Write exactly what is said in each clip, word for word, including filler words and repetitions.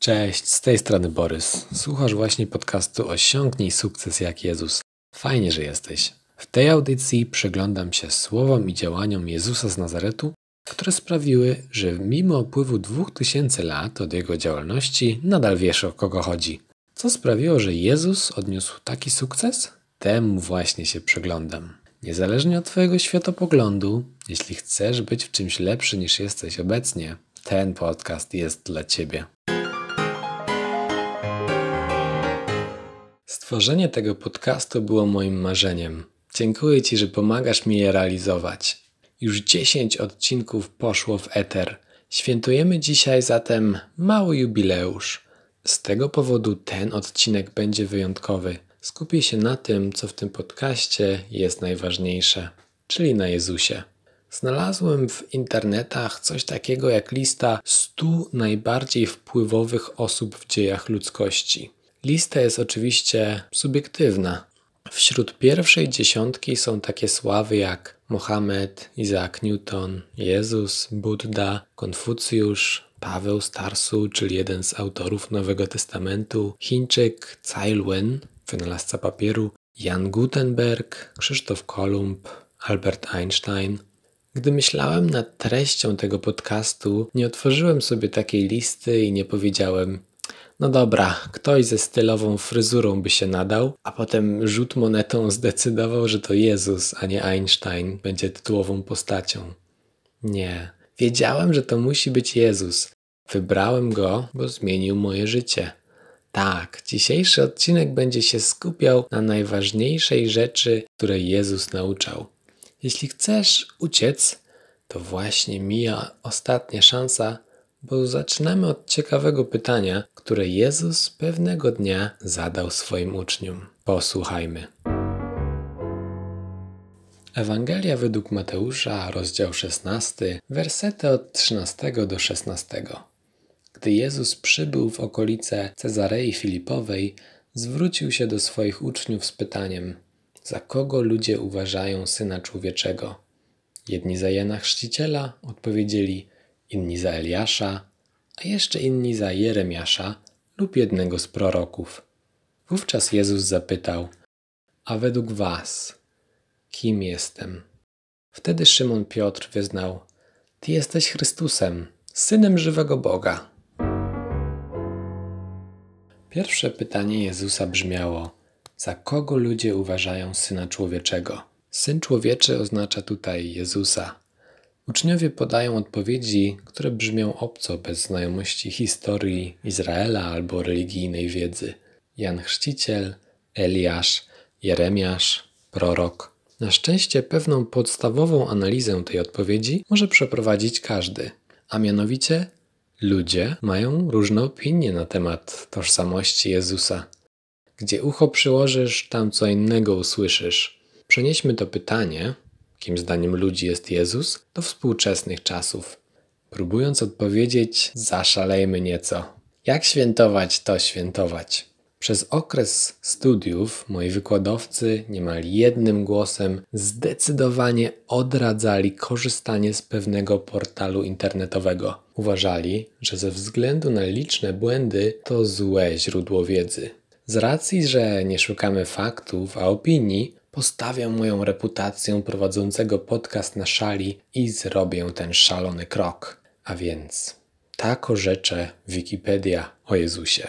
Cześć, z tej strony Borys. Słuchasz właśnie podcastu Osiągnij sukces jak Jezus. Fajnie, że jesteś. W tej audycji przyglądam się słowom i działaniom Jezusa z Nazaretu, które sprawiły, że mimo upływu dwóch tysięcy lat od Jego działalności nadal wiesz, o kogo chodzi. Co sprawiło, że Jezus odniósł taki sukces? Temu właśnie się przyglądam. Niezależnie od Twojego światopoglądu, jeśli chcesz być w czymś lepszy niż jesteś obecnie, ten podcast jest dla Ciebie. Stworzenie tego podcastu było moim marzeniem. Dziękuję Ci, że pomagasz mi je realizować. Już dziesięć odcinków poszło w eter. Świętujemy dzisiaj zatem mały jubileusz. Z tego powodu ten odcinek będzie wyjątkowy. Skupię się na tym, co w tym podcaście jest najważniejsze, czyli na Jezusie. Znalazłem w internetach coś takiego jak lista stu najbardziej wpływowych osób w dziejach ludzkości. Lista jest oczywiście subiektywna. Wśród pierwszej dziesiątki są takie sławy jak Mohamed, Isaac Newton, Jezus, Buddha, Konfucjusz, Paweł z Tarsu, czyli jeden z autorów Nowego Testamentu, Chińczyk Cai Luen, wynalazca papieru, Jan Gutenberg, Krzysztof Kolumb, Albert Einstein. Gdy myślałem nad treścią tego podcastu, nie otworzyłem sobie takiej listy i nie powiedziałem: no dobra, ktoś ze stylową fryzurą by się nadał, a potem rzut monetą zdecydował, że to Jezus, a nie Einstein będzie tytułową postacią. Nie, wiedziałem, że to musi być Jezus. Wybrałem go, bo zmienił moje życie. Tak, dzisiejszy odcinek będzie się skupiał na najważniejszej rzeczy, której Jezus nauczał. Jeśli chcesz uciec, to właśnie mija ostatnia szansa, bo zaczynamy od ciekawego pytania, które Jezus pewnego dnia zadał swoim uczniom. Posłuchajmy. Ewangelia według Mateusza, rozdział szesnasty, wersety od trzynastego do szesnastego. Gdy Jezus przybył w okolice Cezarei Filipowej, zwrócił się do swoich uczniów z pytaniem: za kogo ludzie uważają Syna Człowieczego? Jedni za Jana Chrzciciela odpowiedzieli, inni za Eliasza, a jeszcze inni za Jeremiasza lub jednego z proroków. Wówczas Jezus zapytał: a według was, kim jestem? Wtedy Szymon Piotr wyznał: Ty jesteś Chrystusem, Synem żywego Boga. Pierwsze pytanie Jezusa brzmiało: za kogo ludzie uważają Syna Człowieczego? Syn Człowieczy oznacza tutaj Jezusa. Uczniowie podają odpowiedzi, które brzmią obco, bez znajomości historii Izraela albo religijnej wiedzy. Jan Chrzciciel, Eliasz, Jeremiasz, prorok. Na szczęście pewną podstawową analizę tej odpowiedzi może przeprowadzić każdy, a mianowicie ludzie mają różne opinie na temat tożsamości Jezusa. Gdzie ucho przyłożysz, tam co innego usłyszysz. Przenieśmy to pytanie, kim zdaniem ludzi jest Jezus, do współczesnych czasów. Próbując odpowiedzieć, zaszalejmy nieco. Jak świętować, to świętować. Przez okres studiów moi wykładowcy niemal jednym głosem zdecydowanie odradzali korzystanie z pewnego portalu internetowego. Uważali, że ze względu na liczne błędy to złe źródło wiedzy. Z racji, że nie szukamy faktów, a opinii, postawię moją reputację prowadzącego podcast na szali i zrobię ten szalony krok. A więc tak orzecze Wikipedia o Jezusie.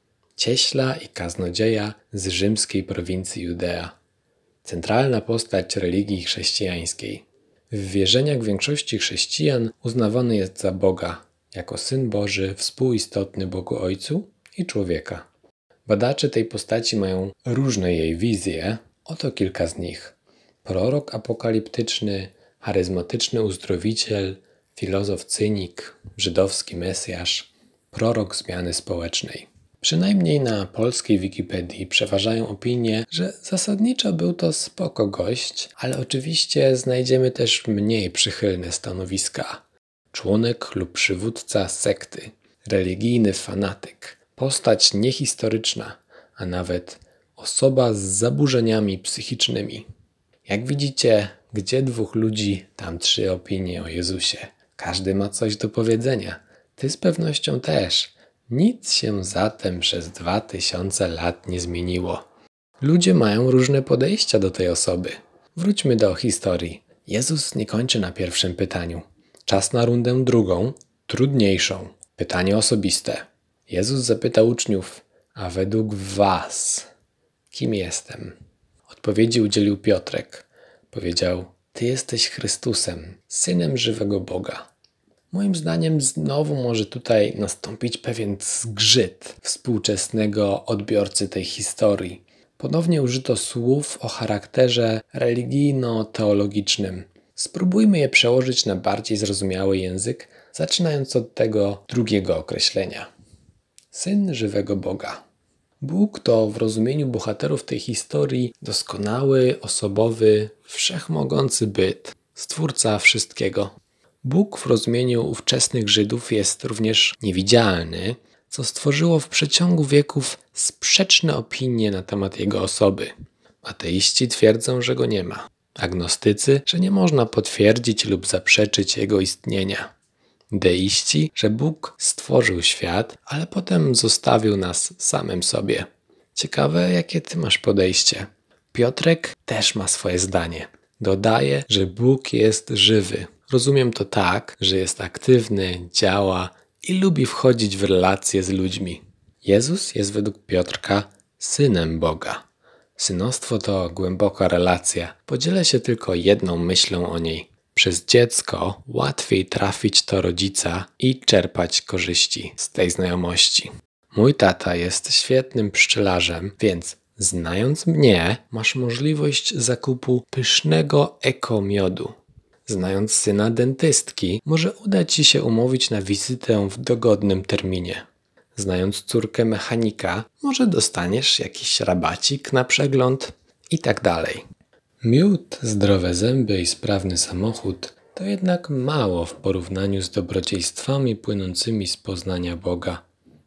Cieśla i kaznodzieja z rzymskiej prowincji Judea. Centralna postać religii chrześcijańskiej. W wierzeniach większości chrześcijan uznawany jest za Boga, jako Syn Boży współistotny Bogu Ojcu i człowieka. Badacze tej postaci mają różne jej wizje, oto kilka z nich. Prorok apokaliptyczny, charyzmatyczny uzdrowiciel, filozof cynik, żydowski mesjasz, prorok zmiany społecznej. Przynajmniej na polskiej Wikipedii przeważają opinie, że zasadniczo był to spoko gość, ale oczywiście znajdziemy też mniej przychylne stanowiska. Członek lub przywódca sekty, religijny fanatyk, postać niehistoryczna, a nawet osoba z zaburzeniami psychicznymi. Jak widzicie, gdzie dwóch ludzi, tam trzy opinie o Jezusie. Każdy ma coś do powiedzenia. Ty z pewnością też. Nic się zatem przez dwa tysiące lat nie zmieniło. Ludzie mają różne podejścia do tej osoby. Wróćmy do historii. Jezus nie kończy na pierwszym pytaniu. Czas na rundę drugą, trudniejszą. Pytanie osobiste. Jezus zapytał uczniów, a według was, kim jestem? Odpowiedzi udzielił Piotrek. Powiedział, ty jesteś Chrystusem, Synem żywego Boga. Moim zdaniem znowu może tutaj nastąpić pewien zgrzyt współczesnego odbiorcy tej historii. Ponownie użyto słów o charakterze religijno-teologicznym. Spróbujmy je przełożyć na bardziej zrozumiały język, zaczynając od tego drugiego określenia. Syn żywego Boga. Bóg to w rozumieniu bohaterów tej historii doskonały, osobowy, wszechmogący byt, stwórca wszystkiego. Bóg w rozumieniu ówczesnych Żydów jest również niewidzialny, co stworzyło w przeciągu wieków sprzeczne opinie na temat Jego osoby. Ateiści twierdzą, że Go nie ma. Agnostycy, że nie można potwierdzić lub zaprzeczyć Jego istnienia. Deiści, że Bóg stworzył świat, ale potem zostawił nas samym sobie. Ciekawe, jakie ty masz podejście. Piotrek też ma swoje zdanie. Dodaje, że Bóg jest żywy. Rozumiem to tak, że jest aktywny, działa i lubi wchodzić w relacje z ludźmi. Jezus jest według Piotrka Synem Boga. Synostwo to głęboka relacja. Podzielę się tylko jedną myślą o niej. Przez dziecko łatwiej trafić do rodzica i czerpać korzyści z tej znajomości. Mój tata jest świetnym pszczelarzem, więc znając mnie, masz możliwość zakupu pysznego ekomiodu. Znając syna dentystki, może uda ci się umówić na wizytę w dogodnym terminie. Znając córkę mechanika, może dostaniesz jakiś rabacik na przegląd i tak dalej. Miód, zdrowe zęby i sprawny samochód to jednak mało w porównaniu z dobrodziejstwami płynącymi z poznania Boga.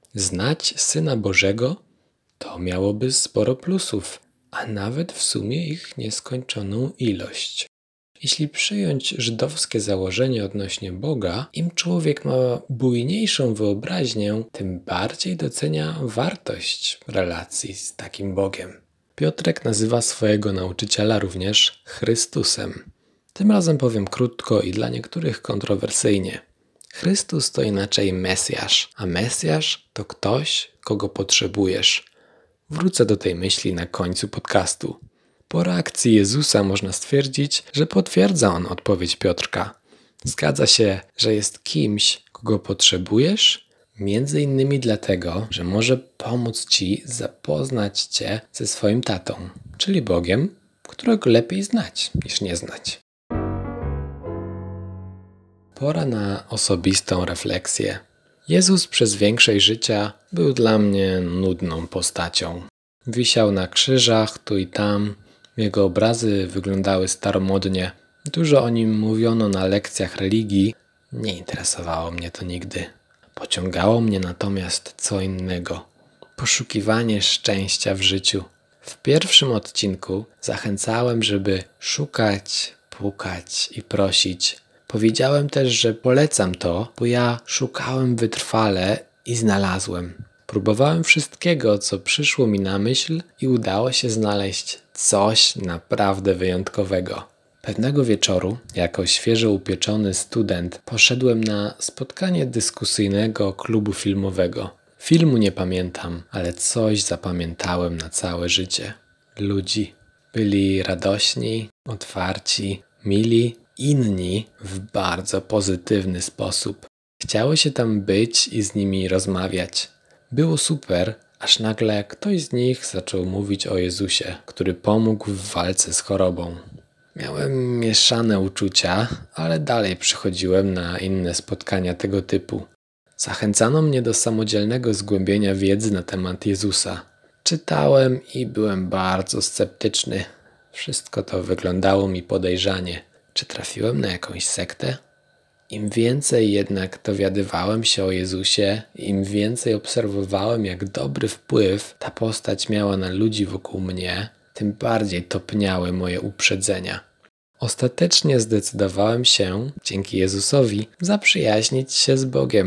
Znać Syna Bożego to miałoby sporo plusów, a nawet w sumie ich nieskończoną ilość. Jeśli przyjąć żydowskie założenie odnośnie Boga, im człowiek ma bujniejszą wyobraźnię, tym bardziej docenia wartość relacji z takim Bogiem. Piotrek nazywa swojego nauczyciela również Chrystusem. Tym razem powiem krótko i dla niektórych kontrowersyjnie. Chrystus to inaczej Mesjasz, a Mesjasz to ktoś, kogo potrzebujesz. Wrócę do tej myśli na końcu podcastu. Po reakcji Jezusa można stwierdzić, że potwierdza on odpowiedź Piotrka. Zgadza się, że jest kimś, kogo potrzebujesz? Między innymi dlatego, że może pomóc ci zapoznać cię ze swoim tatą, czyli Bogiem, którego lepiej znać niż nie znać. Pora na osobistą refleksję. Jezus przez większość życia był dla mnie nudną postacią. Wisiał na krzyżach tu i tam, jego obrazy wyglądały staromodnie. Dużo o nim mówiono na lekcjach religii, nie interesowało mnie to nigdy. Pociągało mnie natomiast co innego. Poszukiwanie szczęścia w życiu. W pierwszym odcinku zachęcałem, żeby szukać, pukać i prosić. Powiedziałem też, że polecam to, bo ja szukałem wytrwale i znalazłem. Próbowałem wszystkiego, co przyszło mi na myśl i udało się znaleźć coś naprawdę wyjątkowego. Pewnego wieczoru, jako świeżo upieczony student, poszedłem na spotkanie dyskusyjnego klubu filmowego. Filmu nie pamiętam, ale coś zapamiętałem na całe życie. Ludzi. Byli radośni, otwarci, mili, inni w bardzo pozytywny sposób. Chciało się tam być i z nimi rozmawiać. Było super, aż nagle ktoś z nich zaczął mówić o Jezusie, który pomógł w walce z chorobą. Miałem mieszane uczucia, ale dalej przychodziłem na inne spotkania tego typu. Zachęcano mnie do samodzielnego zgłębienia wiedzy na temat Jezusa. Czytałem i byłem bardzo sceptyczny. Wszystko to wyglądało mi podejrzanie. Czy trafiłem na jakąś sektę? Im więcej jednak dowiadywałem się o Jezusie, im więcej obserwowałem, jak dobry wpływ ta postać miała na ludzi wokół mnie, tym bardziej topniały moje uprzedzenia. Ostatecznie zdecydowałem się, dzięki Jezusowi, zaprzyjaźnić się z Bogiem.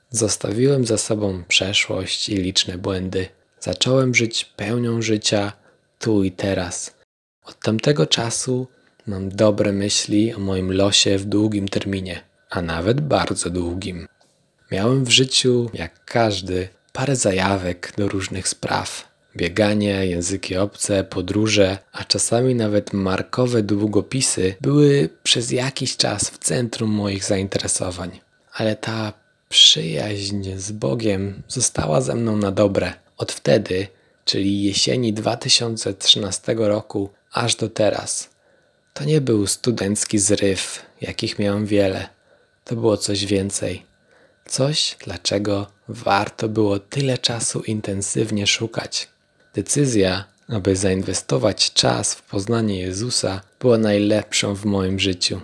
Zostawiłem za sobą przeszłość i liczne błędy. Zacząłem żyć pełnią życia tu i teraz. Od tamtego czasu mam dobre myśli o moim losie w długim terminie, a nawet bardzo długim. Miałem w życiu, jak każdy, parę zajawek do różnych spraw. Bieganie, języki obce, podróże, a czasami nawet markowe długopisy były przez jakiś czas w centrum moich zainteresowań. Ale ta przyjaźń z Bogiem została ze mną na dobre. Od wtedy, czyli jesieni dwa tysiące trzynastego roku, aż do teraz. To nie był studencki zryw, jakich miałem wiele. To było coś więcej. Coś, dlaczego warto było tyle czasu intensywnie szukać. Decyzja, aby zainwestować czas w poznanie Jezusa, była najlepszą w moim życiu.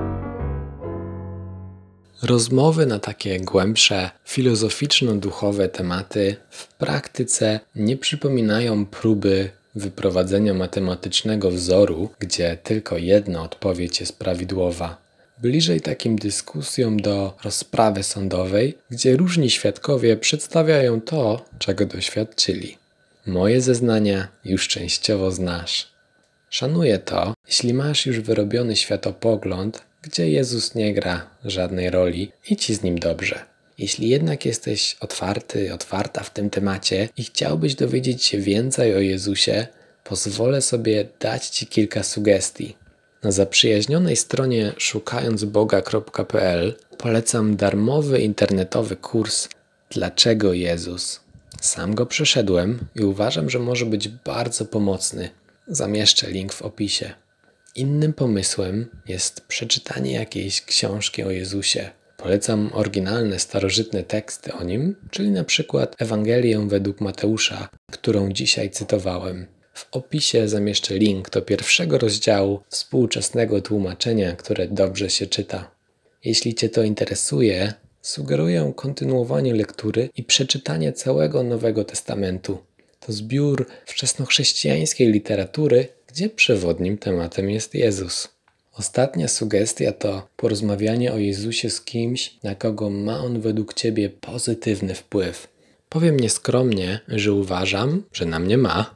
Rozmowy na takie głębsze, filozoficzno-duchowe tematy w praktyce nie przypominają próby wyprowadzenia matematycznego wzoru, gdzie tylko jedna odpowiedź jest prawidłowa. Bliżej takim dyskusjom do rozprawy sądowej, gdzie różni świadkowie przedstawiają to, czego doświadczyli. Moje zeznania już częściowo znasz. Szanuję to, jeśli masz już wyrobiony światopogląd, gdzie Jezus nie gra żadnej roli i ci z Nim dobrze. Jeśli jednak jesteś otwarty, otwarta w tym temacie i chciałbyś dowiedzieć się więcej o Jezusie, pozwolę sobie dać Ci kilka sugestii. Na zaprzyjaźnionej stronie szukając boga kropka p l polecam darmowy internetowy kurs Dlaczego Jezus? Sam go przeszedłem i uważam, że może być bardzo pomocny. Zamieszczę link w opisie. Innym pomysłem jest przeczytanie jakiejś książki o Jezusie. Polecam oryginalne, starożytne teksty o Nim, czyli na przykład Ewangelię według Mateusza, którą dzisiaj cytowałem. W opisie zamieszczę link do pierwszego rozdziału współczesnego tłumaczenia, które dobrze się czyta. Jeśli Cię to interesuje, sugeruję kontynuowanie lektury i przeczytanie całego Nowego Testamentu. To zbiór wczesnochrześcijańskiej literatury, gdzie przewodnim tematem jest Jezus. Ostatnia sugestia to porozmawianie o Jezusie z kimś, na kogo ma On według Ciebie pozytywny wpływ. Powiem nieskromnie, że uważam, że na mnie ma,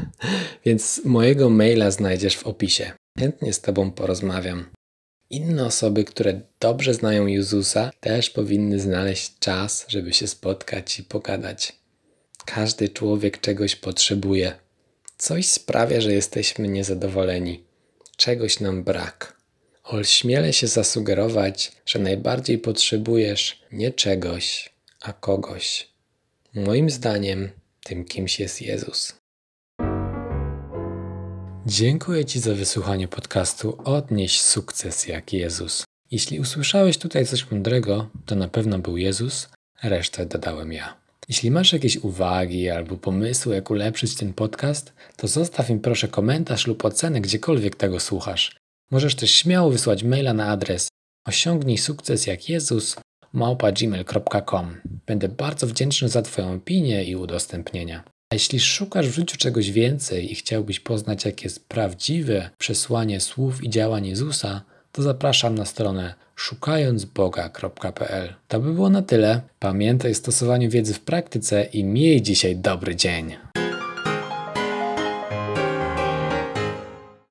więc mojego maila znajdziesz w opisie. Chętnie z Tobą porozmawiam. Inne osoby, które dobrze znają Jezusa, też powinny znaleźć czas, żeby się spotkać i pogadać. Każdy człowiek czegoś potrzebuje. Coś sprawia, że jesteśmy niezadowoleni. Czegoś nam brak. Ośmielę się zasugerować, że najbardziej potrzebujesz nie czegoś, a kogoś. Moim zdaniem tym kimś jest Jezus. Dziękuję Ci za wysłuchanie podcastu Odnieś sukces jak Jezus. Jeśli usłyszałeś tutaj coś mądrego, to na pewno był Jezus, resztę dodałem ja. Jeśli masz jakieś uwagi albo pomysły, jak ulepszyć ten podcast, to zostaw mi proszę komentarz lub ocenę, gdziekolwiek tego słuchasz. Możesz też śmiało wysłać maila na adres osiągnij sukces jak Jezus małpa gmail kropka com. Będę bardzo wdzięczny za Twoją opinię i udostępnienia. A jeśli szukasz w życiu czegoś więcej i chciałbyś poznać, jakie jest prawdziwe przesłanie słów i działań Jezusa, to zapraszam na stronę szukając boga kropka p l. To by było na tyle. Pamiętaj o stosowaniu wiedzy w praktyce i miej dzisiaj dobry dzień.